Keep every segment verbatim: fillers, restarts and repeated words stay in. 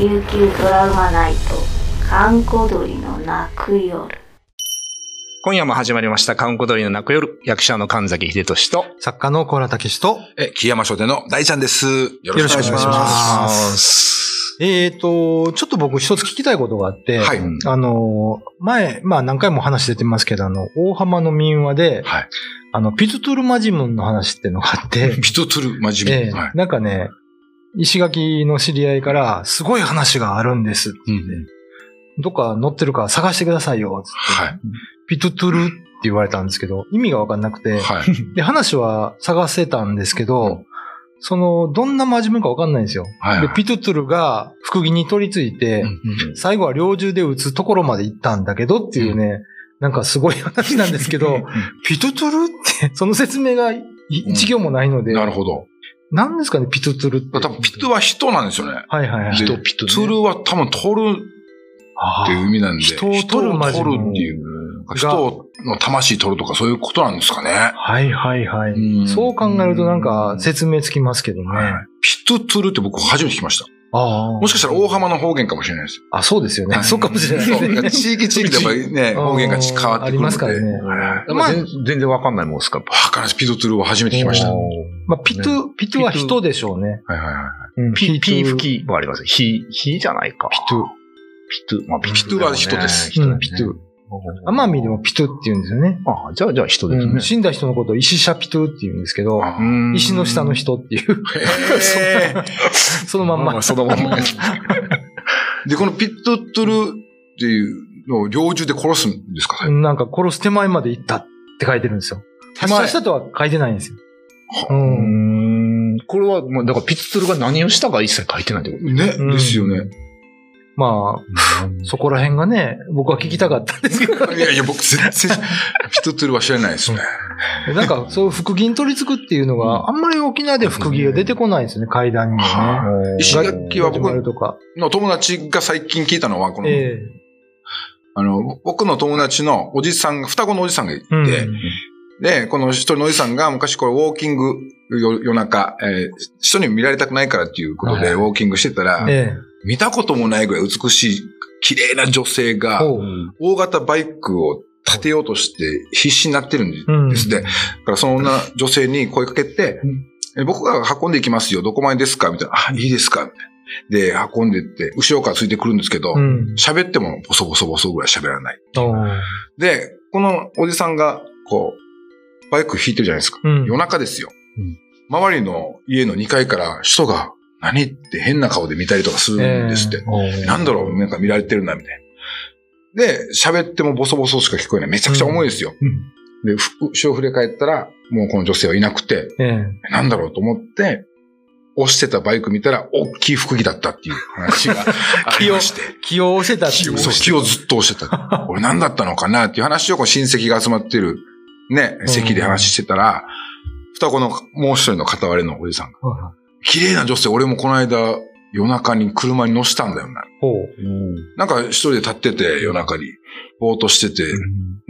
琉球ドラマナイト閑古鳥の泣く夜。 今夜も始まりました閑古鳥の泣く夜、役者の神崎秀俊と作家の小原武史とえ木山書店の大ちゃんです。よろしくお願いします。 よろしくお願いします。えっと、ちょっと僕一つ聞きたいことがあって、はい、あの、前、まあ何回も話出てますけど、あの、大浜の民話で、はい、あの、ピトゥトゥルマジムンの話っていうのがあって、 ピトゥトゥルマジムン、 えーはい、なんかね、石垣の知り合いから、すごい話があるんですって、うん、どっか載ってるか探してくださいよ、つって、はい、ピトゥトゥルって言われたんですけど、意味がわかんなくて、はい、で、話は探せたんですけど、うん、その、どんな真面目かわかんないんですよ。はいはい、で、ピトゥトゥルが福木に取り付いて、うん、最後は猟銃で撃つところまで行ったんだけどっていうね、うん、なんかすごい話なんですけど、ピトゥトゥルって、その説明が一行もないので、 うん、なるほど。 何ですかね、ピトゥトゥルって。 多分ピトゥは人なんですよね。 はいはいはい。 人、ピトゥ、ね。トゥルは多分取るっていう意味なんで。 人を取るマジ人を取るっていう。人の魂取るとかそういうことなんですかね。 はいはいはい。うそう考えるとなんか説明つきますけどね。はい、 ピトゥトゥルって僕初めて聞きました。あもしかしたら大浜の方言かもしれないですよ。 あ、そうですよね。はい、そうかもしれないですね。 地域地域でやっぱりね、方言が変わってくるので。 ありますからね。 まあ、全然わかんないもんですか。 わかんないです。ピトゥトゥルは初めて聞きました。 まあ、ピトゥ、ピトゥは人でしょうね。 はいはいはい。 ピ、ピ吹きもあります。ヒ、ヒじゃないか。 ピトゥ。 ピトゥ。 まあ、ピトゥは人です。 人、ピトゥ。奄美でもピトゥって言うんですよね。 ああ、じゃあ、じゃあ人ですね、うん。死んだ人のことを石シャピトゥって言うんですけど、石の下の人っていう。そのまんま。 そのまんま。 で、このピトゥトゥルっていうのを猟銃で殺すんですか？ なんか殺す手前まで行ったって書いてるんですよ。発射したとは書いてないんですよ。 うん。これは、だからピトゥトゥルが何をしたか一切書いてないってことね。うん、ですよね。 まあ、うん、そこら辺がね、僕は聞きたかったんですけど。 いやいや、僕全然、ピトゥトゥルは知らないですね。 なんか、そういう福木に取り付くっていうのが、あんまり沖縄で福木が出てこないんですよね、階段にもね。 石垣は僕の友達が最近聞いたのは、この、えー、あの、僕の友達のおじさんが、双子のおじさんがいて、うん、で、この一人のおじさんが昔これウォーキング夜中、えー、人に見られたくないからっていうことでウォーキングしてたら、えー見たこともないぐらい美しい、綺麗な女性が、大型バイクを立てようとして必死になってるんですね。だからそんな女性に声かけて、うん、僕が運んでいきますよ、どこまでですかみたいな。あ、いいですかみたいな。で、運んでって、後ろからついてくるんですけど、喋、うん、ってもボソボソボソぐらい喋らない。で、このおじさんが、こう、バイク引いてるじゃないですか。うん、夜中ですよ、うん。周りの家のにかいから人が、何って変な顔で見たりとかするんですって。えー、なんだろうなんか見られてるな、みたいな。で、喋ってもボソボソしか聞こえない。めちゃくちゃ重いですよ。うん、で、後ろ振り返ったら、もうこの女性はいなくて、えー、なんだろうと思って、押してたバイク見たら、大きい福木だったっていう話がありまして。 気を押してたっていう。 そう、気をずっと押してた。これ何だったのかなっていう話をこう親戚が集まってる、ね、席で話してたら、双子のもう一人の片割れのおじさんが、綺麗な女性、俺もこの間夜中に車に乗せたんだよな。ほう。なんか一人で立ってて夜中に、ぼーっとしてて、うん、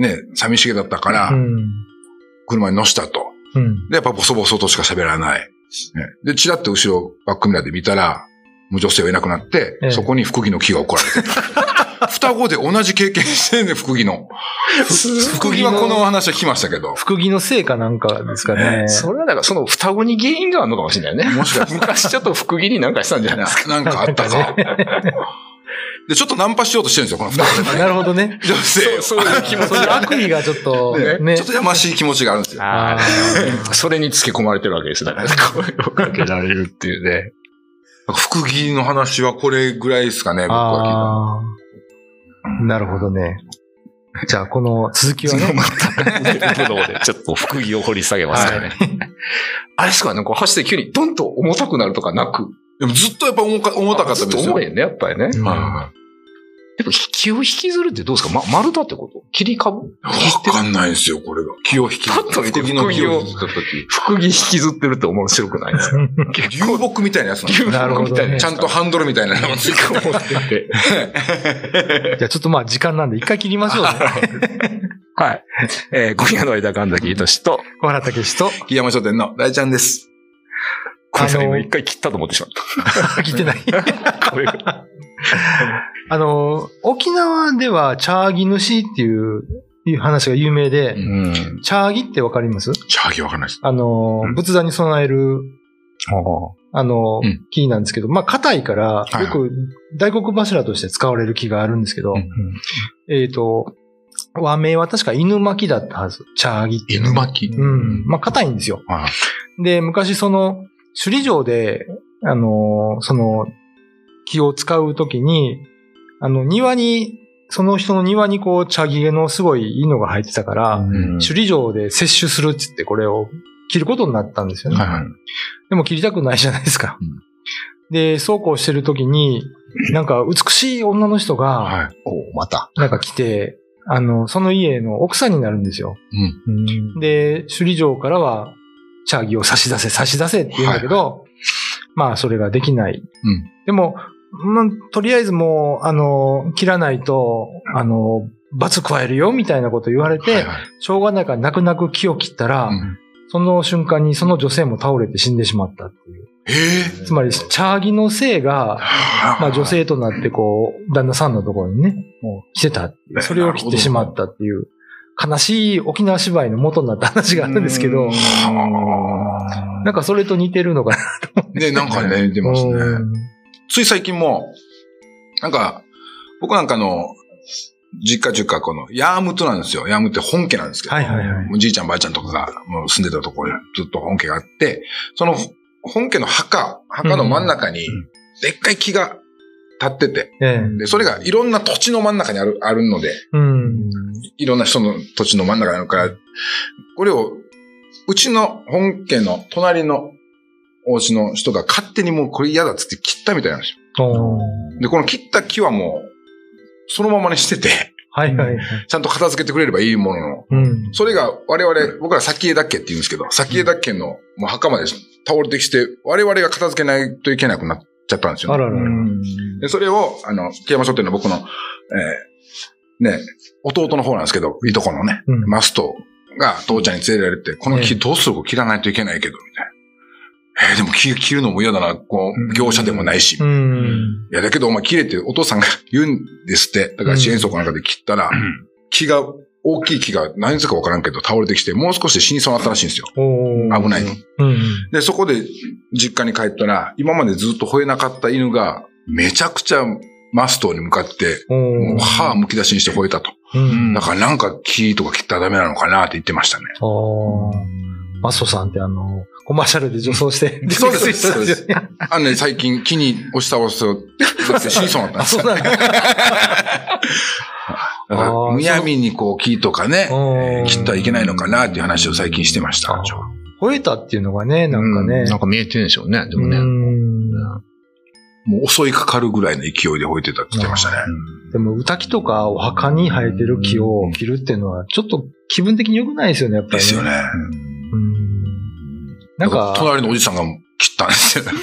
ね、寂しげだったから、うん、車に乗せたと、うん。で、やっぱボソボソとしか喋らない。ね、で、チラッと後ろバックミラーで見たら、もう女性はいなくなって、ええ、そこに福木の木が怒られてた。双子で同じ経験してるね、福木の。福木はこの話は聞きましたけど。 福木のせいかなんかですかね。 ねそれはだからその双子に原因があるのかもしれないね。もしかして昔ちょっと福木になんかしたんじゃないですか。 なんかあったか。で、ちょっとナンパしようとしてるんですよ、この双子。 なるほどね。 女性。 そう、そういう気持ちが。 悪意がちょっと、ねね、ちょっとやましい気持ちがあるんですよ。あそれにつけ込まれてるわけです。だから、声をかけられるっていうね。 福木の話はこれぐらいですかね、僕は聞いた。 なるほどね。じゃあ、この続きはね。 ちょっと福木を掘り下げますからね。はい、あれですかね、こう走って急にドンと重たくなるとかなく。 でもずっとやっぱ重か重たかったですよ。 ずっと重いね、やっぱりね。うんはいやっぱ気を引きずるってどうですか、ま、丸太ってこと切り株わかんないですよ、これが。気を引きずる。 パッと見て福木を、福木引きずってるって面白くないですか流木みたいなやつなんですか流木みたいな、 ね。ちゃんとハンドルみたいなのをついて持ってて。 じゃあちょっとまあ時間なんで一回切りましょうね。 はい。えー、今夜の間神崎仁と小原武史と木山書店の大ちゃんです。 こごめんなさい、今一回切ったと思ってしまった。 切ってない。あの、沖縄では、チャーギ主っていういう話が有名で、うん、チャーギってわかります？ チャーギわかんないです。 あの、うん、仏壇に備える、あの、うん、木なんですけど、まあ、硬いから、よく大黒柱として使われる木があるんですけど、うんうん、えっと、和名は確か犬巻だったはず。チャーギって。 犬巻うん。まあ、硬いんですよ。で、昔その、首里城で、あの、その、木を使うときに、あの、庭に、その人の庭にこう、茶木のすごいいいのが入ってたから、うん、首里城で摂取するって言ってこれを切ることになったんですよね。はいはい、でも切りたくないじゃないですか。うん、で、そうこうしてるときに、なんか美しい女の人が、はい、 おまた。 なんか来て、あの、その家の奥さんになるんですよ。うん、で、首里城からは、茶木を差し出せ、差し出せって言うんだけど、はい、まあ、それができない。うん、でも、まあ、とりあえずもう、あの、切らないと、あの、罰加えるよ、みたいなこと言われて、はいはい、しょうがないから泣く泣く木を切ったら、うん、その瞬間にその女性も倒れて死んでしまったっていう。 へつまり、チャーギの性が、まあ女性となってこう、旦那さんのところにね、もう来てたっていう。それを切ってしまったっていう、悲しい沖縄芝居の元になった話があるんですけど、なんかそれと似てるのかなと思って。 ね、なんかね、出ますね。つい最近も、なんか、僕なんかの、実家中かこの、ヤームトなんですよ。ヤームって本家なんですけど、はいはいはい、おじいちゃんばあちゃんとかがもう住んでたところにずっと本家があって、その本家の墓、墓の真ん中に、でっかい木が立ってて、うん、で、それがいろんな土地の真ん中にある、あるので、うん、いろんな人の土地の真ん中にあるから、これを、うちの本家の隣のお家の人が勝手にもうこれ嫌だっつって切ったみたいなんですよ。で、この切った木はもう、そのままにしてて、はいはいはい、ちゃんと片付けてくれればいいものの、うん、それが我々、僕ら先枝家って言うんですけど、先枝家のもう墓まで倒れてきて、我々が片付けないといけなくなっちゃったんですよ、ね。あららら。で、それを、あの、木山書店の僕の、えー、ね、弟の方なんですけど、いとこのね、うん、マストが父ちゃんに連れられて、この木どうするか切らないといけないけど、みたいな。えー、でも木切るのも嫌だな、こう、業者でもないし。うん、いや、だけどお前切れってお父さんが言うんですって。だから支援層かなんかで切ったら、うん、木が、大きい木が何つかわからんけど倒れてきて、もう少しで死にそうになったらしいんですよ。危ないと、うん。で、そこで実家に帰ったら、今までずっと吠えなかった犬が、めちゃくちゃマストに向かって、もう歯むき出しにして吠えたと。うん、だからなんか木とか切ったらダメなのかなって言ってましたね。 マストさんってあの、コマーシャルで女装して。 そうです、そうです。あのね、最近木に押し倒すと、だって死にそうになったんですよ。そうなんだ。むやみにこう木とかね、えー、切ったらいけないのかなっていう話を最近してました。 吠えたっていうのがね、なんかね。 なんか見えてるんでしょうね、でもね。 もう襲いかかるぐらいの勢いで吠えてたって言ってましたね。 でも歌木とかお墓に生えてる木を切るっていうのは、ちょっと気分的に良くないですよね、やっぱり、ね。 ですよね。なんか、隣のおじさんが切ったんですよ。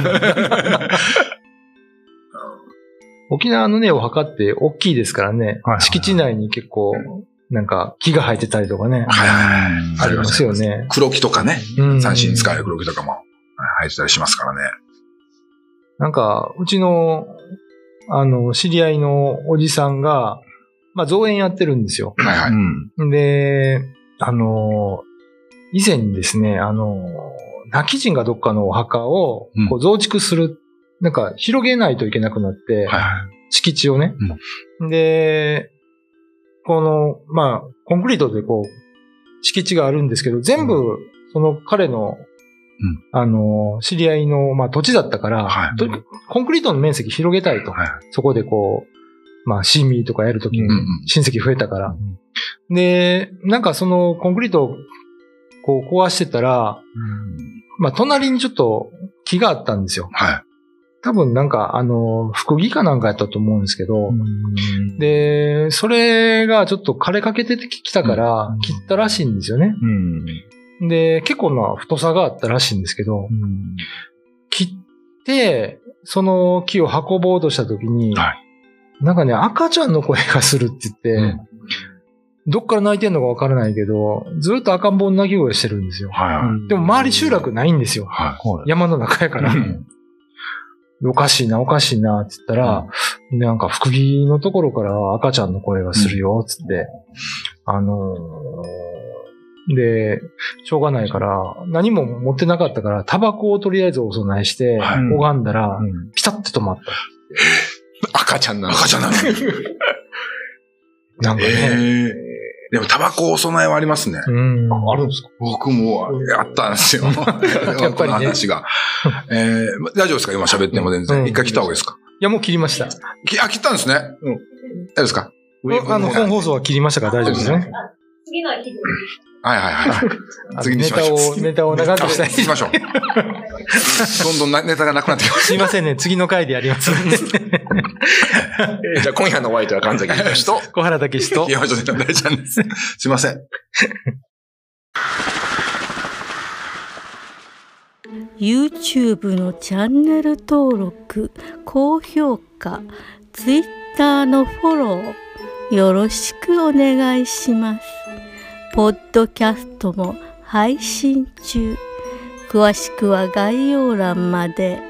沖縄のね、お墓って大きいですからね。はいはいはい、敷地内に結構、なんか木が生えてたりとかね。はいはいはい。ありますよね。 黒木とかね。三振に使える黒木とかも生えてたりしますからね。 なんか、うちの、あの、知り合いのおじさんが、まあ、造園やってるんですよ。はいはい。うん、で、あの、以前にですね、あの、亡き人がどっかのお墓をこう増築する、うん、なんか広げないといけなくなって、はいはい、敷地をね、うん。で、この、まあ、コンクリートでこう、敷地があるんですけど、全部、その彼の、うん、あの、知り合いの、まあ、土地だったから、はい、コンクリートの面積広げたいと。はい、そこでこう、まあ、シーミーとかやるときに親戚増えたから、うん。で、なんかそのコンクリートをこう壊してたら、うん、まあ、隣にちょっと木があったんですよ。はい。多分なんか、あの、福木かなんかやったと思うんですけど、うん、で、それがちょっと枯れかけてきたから、切ったらしいんですよね。うん、で、結構な太さがあったらしいんですけど、うん、切って、その木を運ぼうとしたときに、はい、なんかね、赤ちゃんの声がするって言って、うん、 どっから泣いてんのかわからないけど、ずっと赤ん坊の泣き声してるんですよ。 はいはい、 でも周り集落ないんですよ。はい、山の中やから。うん、おかしいな、おかしいな、って言ったら、うん、なんか福木のところから赤ちゃんの声がするよ、つって、うん、あのー、で、しょうがないから、何も持ってなかったから、タバコをとりあえずお供えして、はい、拝んだら、うん、ピタッて止まった。 赤ちゃんなの。 赤ちゃんなの。 なんかね。えー、 でも、タバコお供えはありますね。 うん。 あるんですか？ 僕もあったんですよ。やっぱりね。この話が。えー、大丈夫ですか？今喋っても全然。うん、一回切った方がいいですか？ いや、もう切りました。 きあ、切ったんですね。うん。大丈夫ですか？ あの、本放送は切りましたから大丈夫ですね。 次の日はいはいはい。次にしましょう。 ネタを、ネタを長くしたい。 行きましょう。どんどんネタがなくなってきます。 すいませんね。次の回でやります。 じゃあ今夜のお相手は神崎宏と小原武史と山下大ちゃんです。すいません。 YouTube のチャンネル登録、高評価、Twitter のフォロー、よろしくお願いします。ポッドキャストも配信中。詳しくは概要欄まで。